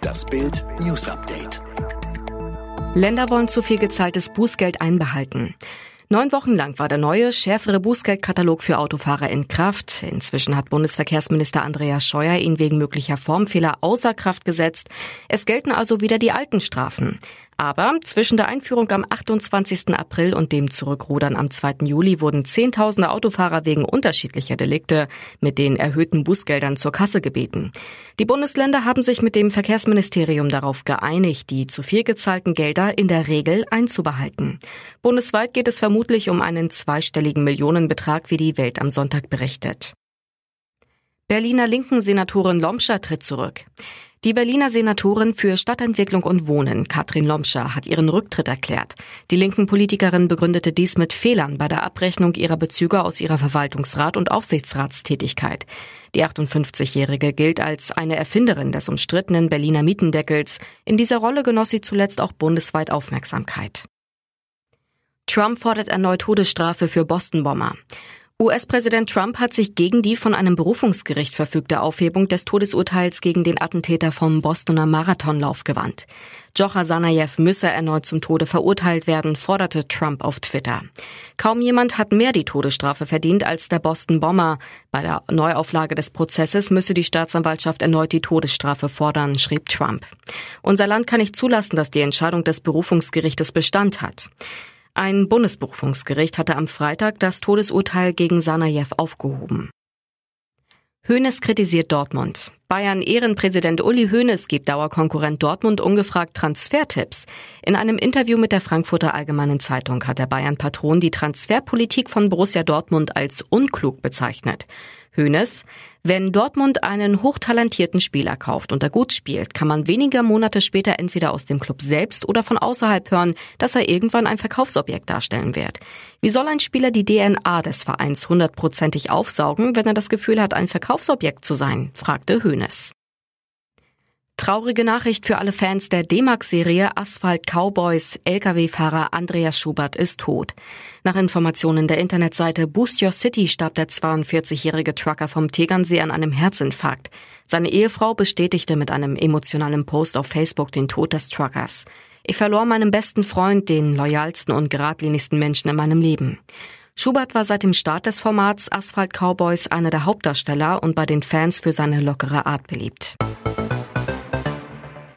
Das Bild News Update. Länder wollen zu viel gezahltes Bußgeld einbehalten. 9 Wochen lang war der neue, schärfere Bußgeldkatalog für Autofahrer in Kraft. Inzwischen hat Bundesverkehrsminister Andreas Scheuer ihn wegen möglicher Formfehler außer Kraft gesetzt. Es gelten also wieder die alten Strafen. Aber zwischen der Einführung am 28. April und dem Zurückrudern am 2. Juli wurden Zehntausende Autofahrer wegen unterschiedlicher Delikte mit den erhöhten Bußgeldern zur Kasse gebeten. Die Bundesländer haben sich mit dem Verkehrsministerium darauf geeinigt, die zu viel gezahlten Gelder in der Regel einzubehalten. Bundesweit geht es vermutlich um einen zweistelligen Millionenbetrag, wie die Welt am Sonntag berichtet. Berliner Linken-Senatorin Lomscher tritt zurück. Die Berliner Senatorin für Stadtentwicklung und Wohnen, Katrin Lomscher, hat ihren Rücktritt erklärt. Die linken Politikerin begründete dies mit Fehlern bei der Abrechnung ihrer Bezüge aus ihrer Verwaltungsrat- und Aufsichtsratstätigkeit. Die 58-Jährige gilt als eine Erfinderin des umstrittenen Berliner Mietendeckels. In dieser Rolle genoss sie zuletzt auch bundesweit Aufmerksamkeit. Trump fordert erneut Todesstrafe für Boston-Bomber. US-Präsident Trump hat sich gegen die von einem Berufungsgericht verfügte Aufhebung des Todesurteils gegen den Attentäter vom Bostoner Marathonlauf gewandt. Djokhar Tsarnaev müsse erneut zum Tode verurteilt werden, forderte Trump auf Twitter. Kaum jemand hat mehr die Todesstrafe verdient als der Boston-Bomber. Bei der Neuauflage des Prozesses müsse die Staatsanwaltschaft erneut die Todesstrafe fordern, schrieb Trump. Unser Land kann nicht zulassen, dass die Entscheidung des Berufungsgerichtes Bestand hat. Ein Bundesberufungsgericht hatte am Freitag das Todesurteil gegen Tsarnaev aufgehoben. Hoeneß kritisiert Dortmund. Bayern-Ehrenpräsident Uli Hoeneß gibt Dauerkonkurrent Dortmund ungefragt Transfertipps. In einem Interview mit der Frankfurter Allgemeinen Zeitung hat der Bayern-Patron die Transferpolitik von Borussia Dortmund als unklug bezeichnet. Hoeneß: Wenn Dortmund einen hochtalentierten Spieler kauft und er gut spielt, kann man wenige Monate später entweder aus dem Club selbst oder von außerhalb hören, dass er irgendwann ein Verkaufsobjekt darstellen wird. Wie soll ein Spieler die DNA des Vereins 100%ig aufsaugen, wenn er das Gefühl hat, ein Verkaufsobjekt zu sein, fragte Hoeneß. Traurige Nachricht für alle Fans der D-Max-Serie Asphalt Cowboys. Lkw-Fahrer Andreas Schubert ist tot. Nach Informationen der Internetseite Boost Your City starb der 42-jährige Trucker vom Tegernsee an einem Herzinfarkt. Seine Ehefrau bestätigte mit einem emotionalen Post auf Facebook den Tod des Truckers. Ich verlor meinen besten Freund, den loyalsten und geradlinigsten Menschen in meinem Leben. Schubert war seit dem Start des Formats Asphalt Cowboys einer der Hauptdarsteller und bei den Fans für seine lockere Art beliebt.